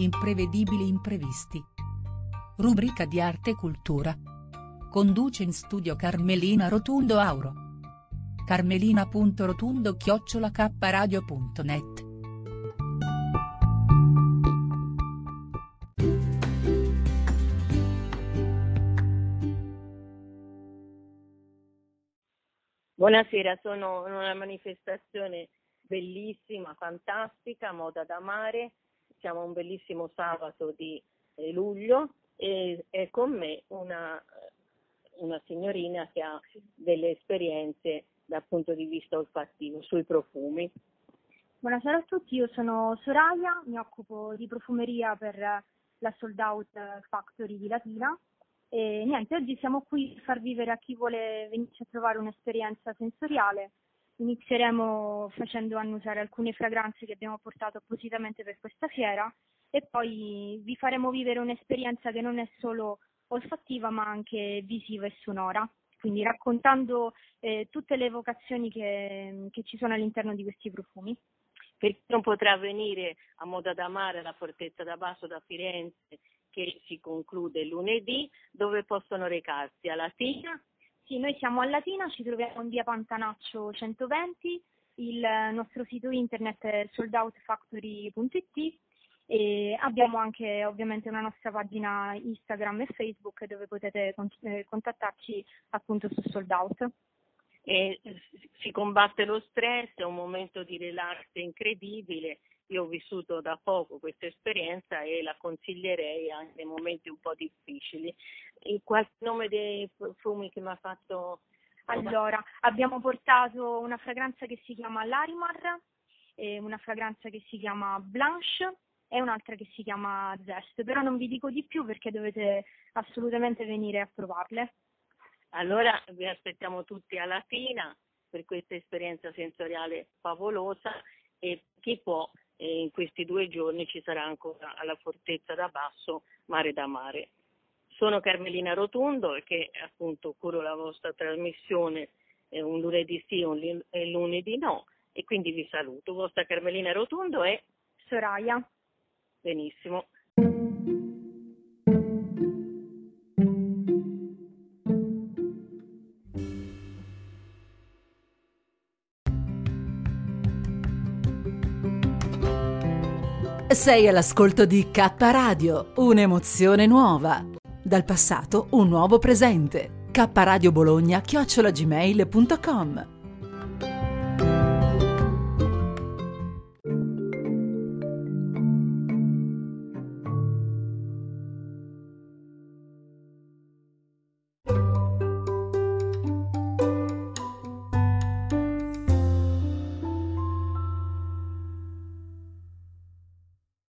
imprevedibili imprevisti. Rubrica di arte e cultura. Conduce in studio Carmelina Rotundo Auro. carmelina.rotundo@kradio.net. Buonasera, sono in una manifestazione bellissima, fantastica, Moda da Mare. Siamo un bellissimo sabato di luglio e è con me una signorina che ha delle esperienze dal punto di vista olfattivo sui profumi. Buonasera a tutti, io sono Soraya, mi occupo di profumeria per la Sold Out Factory di Latina. E niente, oggi siamo qui per far vivere a chi vuole venirci a trovare un'esperienza sensoriale. Inizieremo facendo annusare alcune fragranze che abbiamo portato appositamente per questa fiera e poi vi faremo vivere un'esperienza che non è solo olfattiva ma anche visiva e sonora, quindi raccontando tutte le evocazioni che ci sono all'interno di questi profumi. Per chi non potrà venire a Moda da Mare alla Fortezza da Basso da Firenze, che si conclude lunedì, dove possono recarsi? A Latina? Sì, noi siamo a Latina, ci troviamo in via Pantanaccio 120, il nostro sito internet è soldoutfactory.it e abbiamo anche ovviamente una nostra pagina Instagram e Facebook dove potete contattarci appunto su Sold Out. E si combatte lo stress, è un momento di relax incredibile. Io ho vissuto da poco questa esperienza e la consiglierei anche nei momenti un po' difficili. Qualche nome dei profumi che mi ha fatto? Allora, abbiamo portato una fragranza che si chiama Larimar, una fragranza che si chiama Blanche e un'altra che si chiama Zest, però non vi dico di più perché dovete assolutamente venire a provarle. Allora vi aspettiamo tutti a Latina per questa esperienza sensoriale favolosa e chi può in questi 2 giorni ci sarà ancora alla Fortezza da Basso Mare da Mare. Sono Carmelina Rotundo e che appunto curo la vostra trasmissione un lunedì sì e un lunedì no e quindi vi saluto. Vostra Carmelina Rotundo e Soraya. Benissimo. Sei all'ascolto di K Radio, un'emozione nuova. Dal passato un nuovo presente. kradiobologna@gmail.com